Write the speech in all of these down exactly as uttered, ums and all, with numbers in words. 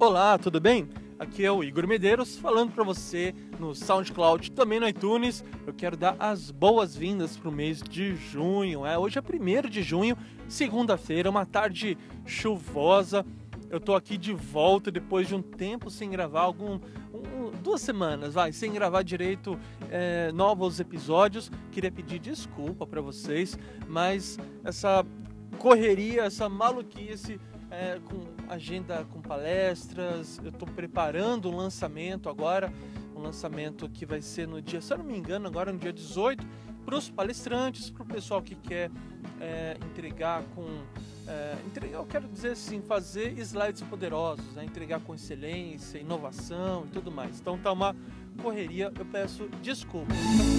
Olá, tudo bem? Aqui é o Igor Medeiros falando para você no SoundCloud, também no iTunes. Eu quero dar as boas-vindas para o mês de junho. É, hoje é primeiro de junho, segunda-feira, uma tarde chuvosa. Eu tô aqui de volta depois de um tempo sem gravar, algum, um, duas semanas, vai, sem gravar direito é, novos episódios. Queria pedir desculpa para vocês, mas essa correria, essa maluquice, é, com agenda com palestras, eu estou preparando um lançamento agora, um lançamento que vai ser no dia, se eu não me engano, agora no dia dezoito, para os palestrantes, para o pessoal que quer é, entregar com, é, entregar, eu quero dizer assim, fazer slides poderosos, né? Entregar com excelência, inovação e tudo mais. Então tá uma correria, eu peço desculpas.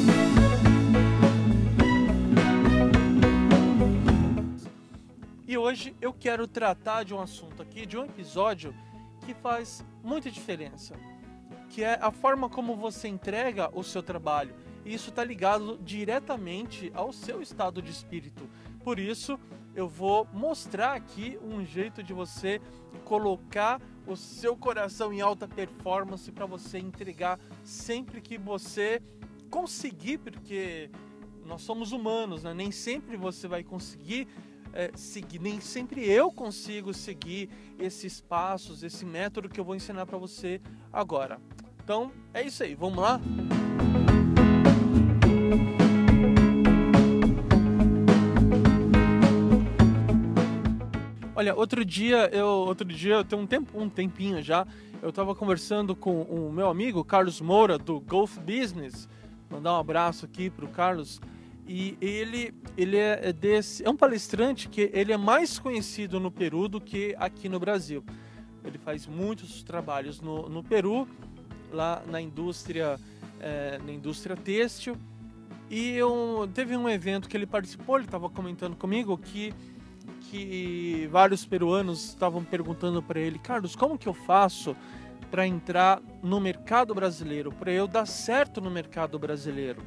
E hoje eu quero tratar de um assunto aqui, de um episódio que faz muita diferença, que é a forma como você entrega o seu trabalho. E isso está ligado diretamente ao seu estado de espírito. Por isso, eu vou mostrar aqui um jeito de você colocar o seu coração em alta performance para você entregar sempre que você conseguir, porque nós somos humanos, né? Nem sempre você vai conseguir É, seguir, nem sempre eu consigo seguir esses passos, esse método que eu vou ensinar para você agora. Então é isso aí, vamos lá? Olha, outro dia eu, outro dia eu tenho um tempo, um tempinho já, eu estava conversando com o meu amigo Carlos Moura do Golf Business. Mandar um abraço aqui para o Carlos. E ele, ele é, desse, é um palestrante que ele é mais conhecido no Peru do que aqui no Brasil. Ele faz muitos trabalhos no, no Peru, lá na indústria, é, na indústria têxtil. E eu, teve um evento que ele participou, ele estava comentando comigo que, que vários peruanos estavam perguntando para ele: Carlos, como que eu faço para entrar no mercado brasileiro, para eu dar certo no mercado brasileiro?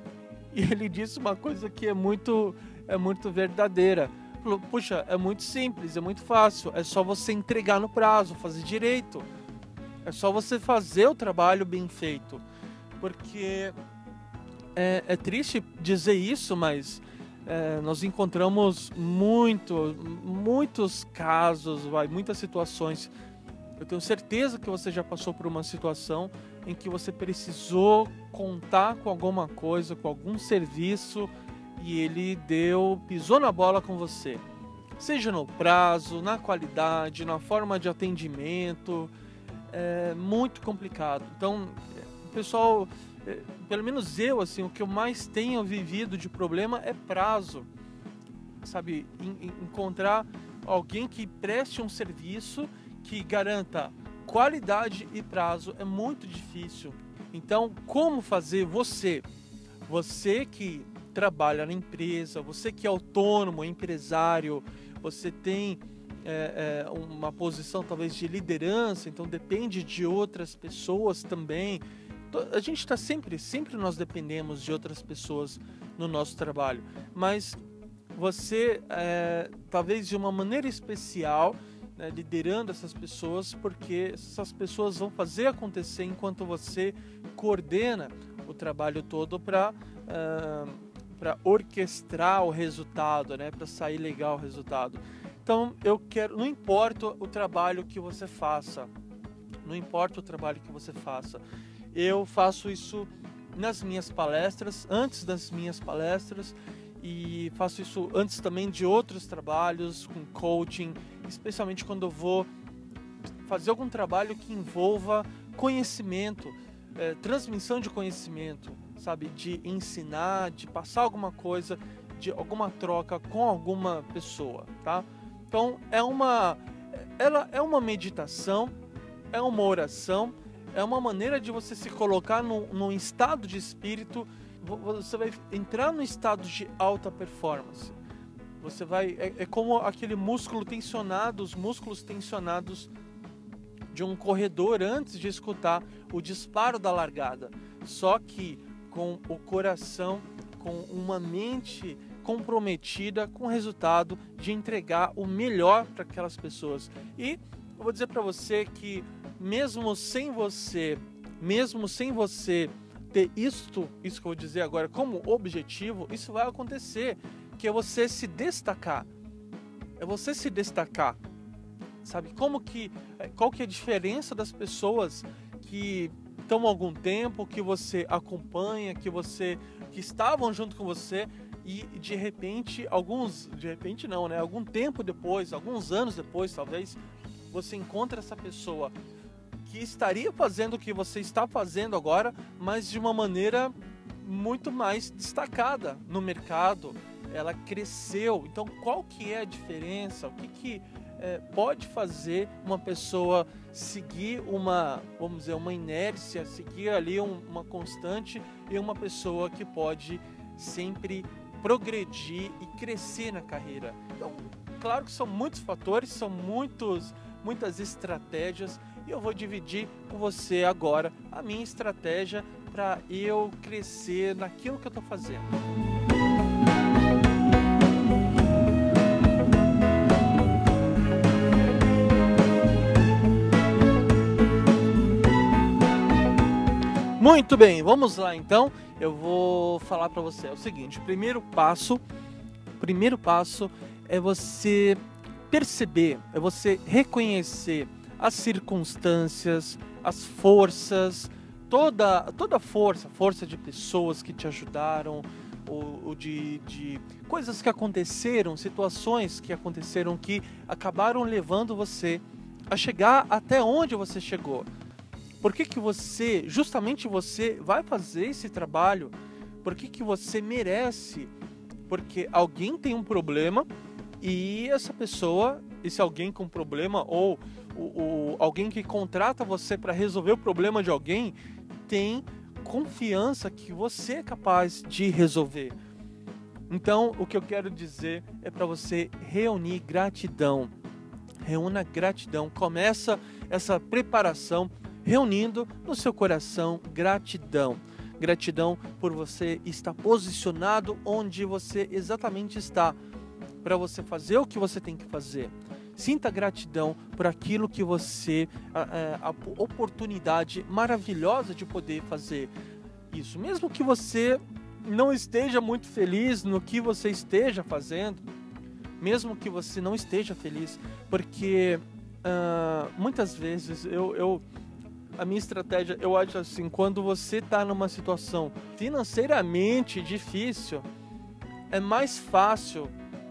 E ele disse uma coisa que é muito, é muito verdadeira. Falou: puxa, é muito simples, é muito fácil, é só você entregar no prazo, fazer direito. É só você fazer o trabalho bem feito. Porque é, é triste dizer isso, mas é, nós encontramos muito, muitos casos, vai, muitas situações. Eu tenho certeza que você já passou por uma situação em que você precisou contar com alguma coisa, com algum serviço, e ele deu, pisou na bola com você. Seja no prazo, na qualidade, na forma de atendimento, é muito complicado. Então, o pessoal, pelo menos eu, assim, o que eu mais tenho vivido de problema é prazo. Sabe, encontrar alguém que preste um serviço que garanta qualidade e prazo é muito difícil. Então, como fazer você, você que trabalha na empresa, você que é autônomo, empresário, você tem é, é, uma posição talvez de liderança, então depende de outras pessoas também. A gente está sempre, sempre nós dependemos de outras pessoas no nosso trabalho, mas você, é, talvez de uma maneira especial, né, liderando essas pessoas, porque essas pessoas vão fazer acontecer enquanto você coordena o trabalho todo para uh, para orquestrar o resultado, né, para sair legal o resultado. Então eu quero, não importa o trabalho que você faça, não importa o trabalho que você faça, eu faço isso nas minhas palestras, antes das minhas palestras, e faço isso antes também de outros trabalhos com coaching, especialmente quando eu vou fazer algum trabalho que envolva conhecimento, é, transmissão de conhecimento, sabe, de ensinar, de passar alguma coisa, de alguma troca com alguma pessoa, tá? Então é uma, ela é uma meditação, é uma oração, é uma maneira de você se colocar num, num estado de espírito. Você vai entrar no estado de alta performance. Você vai, é, é como aquele músculo tensionado, os músculos tensionados de um corredor antes de escutar o disparo da largada. Só que com o coração, com uma mente comprometida com o resultado de entregar o melhor para aquelas pessoas. E eu vou dizer para você que mesmo sem você, mesmo sem você ter isto, isso que eu vou dizer agora como objetivo, isso vai acontecer, que é você se destacar. É você se destacar. Sabe como que, qual que é a diferença das pessoas que estão há algum tempo, que você acompanha, que você que estavam junto com você e de repente, alguns, de repente não, né? Algum tempo depois, alguns anos depois, talvez, você encontra essa pessoa que estaria fazendo o que você está fazendo agora, mas de uma maneira muito mais destacada no mercado. Ela cresceu. Então, qual que é a diferença? O que que é, pode fazer uma pessoa seguir uma, vamos dizer, uma inércia, seguir ali um, uma constante, e uma pessoa que pode sempre progredir e crescer na carreira? Então, claro que são muitos fatores, são muitos, muitas estratégias, e eu vou dividir com você agora a minha estratégia para eu crescer naquilo que eu estou fazendo. Muito bem, vamos lá então. Eu vou falar para você é o seguinte: o primeiro passo, primeiro passo é você perceber, é você reconhecer as circunstâncias, as forças, toda toda a força, força de pessoas que te ajudaram, ou, ou de, de coisas que aconteceram, situações que aconteceram que acabaram levando você a chegar até onde você chegou. Por que que você, justamente você, vai fazer esse trabalho? Por que que você merece? Porque alguém tem um problema e essa pessoa, esse alguém com problema, ou o, o, alguém que contrata você para resolver o problema de alguém, tem confiança que você é capaz de resolver. Então, o que eu quero dizer é para você reunir gratidão. Reúna gratidão. Começa essa preparação reunindo no seu coração gratidão. Gratidão por você estar posicionado onde você exatamente está, para você fazer o que você tem que fazer. Sinta gratidão por aquilo que você, a, a oportunidade maravilhosa de poder fazer isso. Mesmo que você não esteja muito feliz no que você esteja fazendo, mesmo que você não esteja feliz, porque uh, muitas vezes eu... eu A minha estratégia, eu acho assim, quando você está numa situação financeiramente difícil, é mais fácil,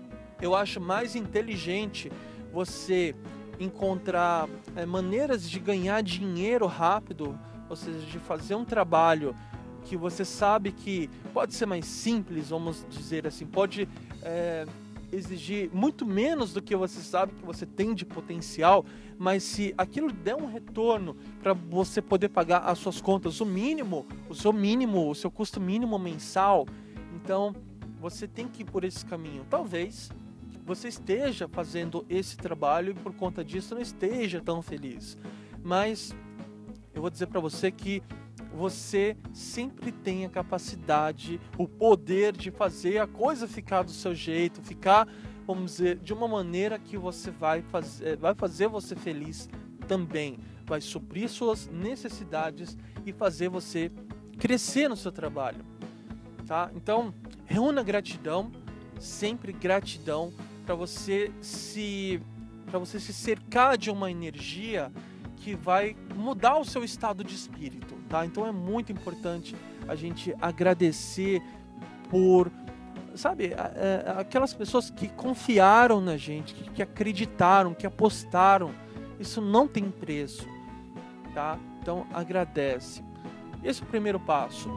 eu acho mais inteligente você encontrar é, maneiras de ganhar dinheiro rápido, ou seja, de fazer um trabalho que você sabe que pode ser mais simples, vamos dizer assim, pode é, exigir muito menos do que você sabe que você tem de potencial, mas se aquilo der um retorno para você poder pagar as suas contas, o mínimo, o seu mínimo, o seu custo mínimo mensal, então você tem que ir por esse caminho. Talvez você esteja fazendo esse trabalho e por conta disso não esteja tão feliz, mas eu vou dizer para você que você sempre tem a capacidade, o poder de fazer a coisa ficar do seu jeito, ficar, vamos dizer, de uma maneira que você vai fazer, vai fazer você feliz também, vai suprir suas necessidades e fazer você crescer no seu trabalho, tá? Então, reúna gratidão, sempre gratidão, para você se, para você se cercar de uma energia que vai mudar o seu estado de espírito, tá? Então é muito importante a gente agradecer por, sabe, aquelas pessoas que confiaram na gente, que, que acreditaram, que apostaram. Isso não tem preço, tá? Então agradece. Esse é o primeiro passo.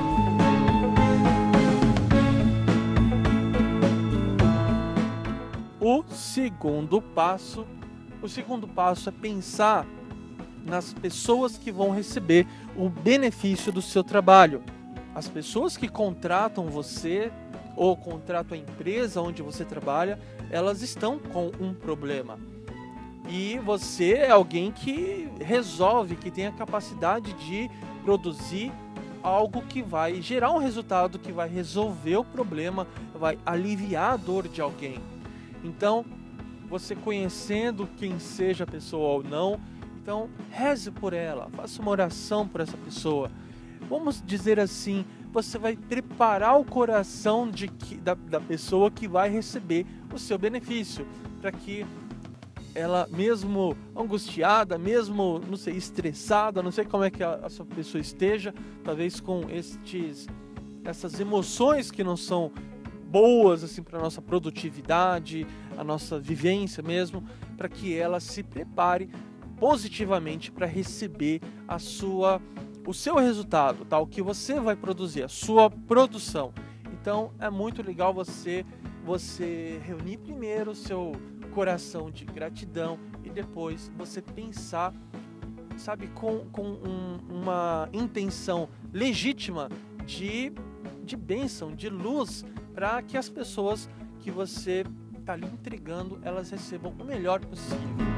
O segundo passo, o segundo passo é pensar nas pessoas que vão receber o benefício do seu trabalho. As pessoas que contratam você ou contratam a empresa onde você trabalha, elas estão com um problema. E você é alguém que resolve, que tem a capacidade de produzir algo que vai gerar um resultado, que vai resolver o problema, vai aliviar a dor de alguém. Então, você conhecendo quem seja a pessoa ou não. Então, reze por ela, faça uma oração por essa pessoa. Vamos dizer assim, você vai preparar o coração de que, da, da pessoa que vai receber o seu benefício, para que ela, mesmo angustiada, mesmo, não sei, estressada, não sei como é que a, a sua pessoa esteja, talvez com estes, essas emoções que não são boas assim para a nossa produtividade, a nossa vivência mesmo, para que ela se prepare positivamente para receber a sua, o seu resultado, tá? O que você vai produzir, a sua produção. Então é muito legal você, você reunir primeiro o seu coração de gratidão e depois você pensar, sabe, com, com um, uma intenção legítima de, de bênção, de luz, para que as pessoas que você está ali entregando, elas recebam o melhor possível.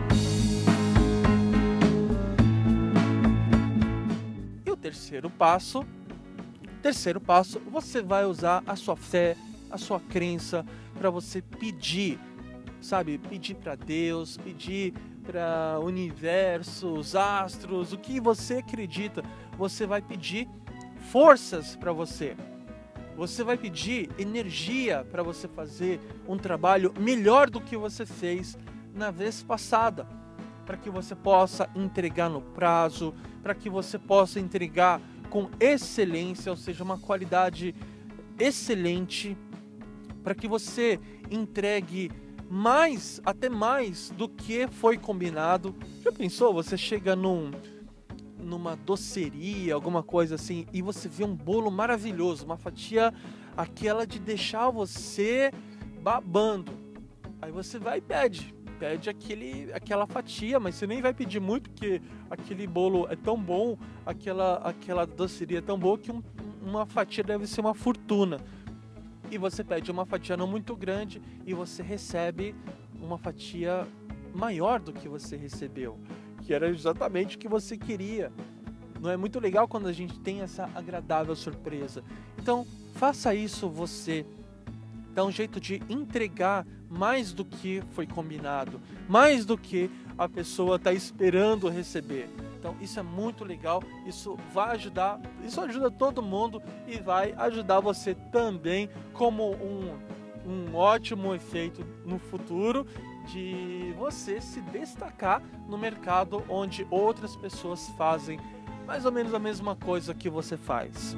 E o terceiro passo, terceiro passo, você vai usar a sua fé, a sua crença, para você pedir, sabe, pedir para Deus, pedir para o universo, os astros, o que você acredita. Você vai pedir forças para você. Você vai pedir energia para você fazer um trabalho melhor do que você fez na vez passada, para que você possa entregar no prazo, para que você possa entregar com excelência, ou seja, uma qualidade excelente, para que você entregue mais, até mais do que foi combinado. Já pensou? Você chega num, numa doceria, alguma coisa assim, e você vê um bolo maravilhoso, uma fatia, aquela de deixar você babando. Aí você vai e pede, pede aquele, aquela fatia, mas você nem vai pedir muito, porque aquele bolo é tão bom, aquela, aquela doceria é tão boa que um, uma fatia deve ser uma fortuna. E você pede uma fatia não muito grande e você recebe uma fatia maior do que você recebeu, que era exatamente o que você queria. Não é muito legal quando a gente tem essa agradável surpresa? Então, faça isso você. Dá um jeito de entregar mais do que foi combinado, mais do que a pessoa está esperando receber. Então, isso é muito legal, isso vai ajudar, isso ajuda todo mundo e vai ajudar você também como um, um ótimo efeito no futuro de você se destacar no mercado onde outras pessoas fazem mais ou menos a mesma coisa que você faz.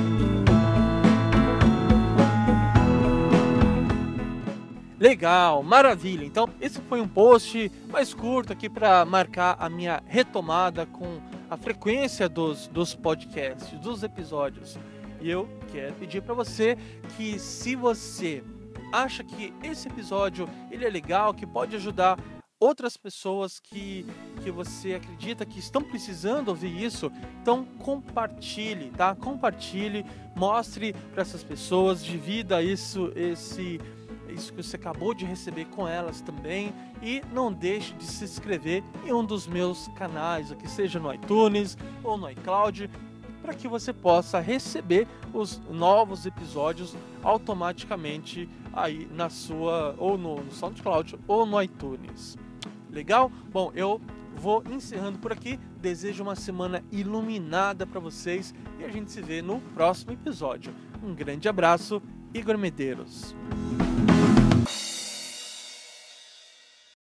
Legal, maravilha. Então, esse foi um post mais curto aqui para marcar a minha retomada com a frequência dos, dos podcasts, dos episódios. E eu quero pedir para você que, se você acha que esse episódio ele é legal, que pode ajudar outras pessoas que, que você acredita que estão precisando ouvir isso, então compartilhe, tá? Compartilhe, mostre para essas pessoas, divida isso, esse... isso que você acabou de receber com elas também, e não deixe de se inscrever em um dos meus canais aqui, seja no iTunes ou no iCloud, para que você possa receber os novos episódios automaticamente aí na sua, ou no, no SoundCloud ou no iTunes. Legal? Bom, eu vou encerrando por aqui, desejo uma semana iluminada para vocês e a gente se vê no próximo episódio. Um grande abraço, Igor Medeiros.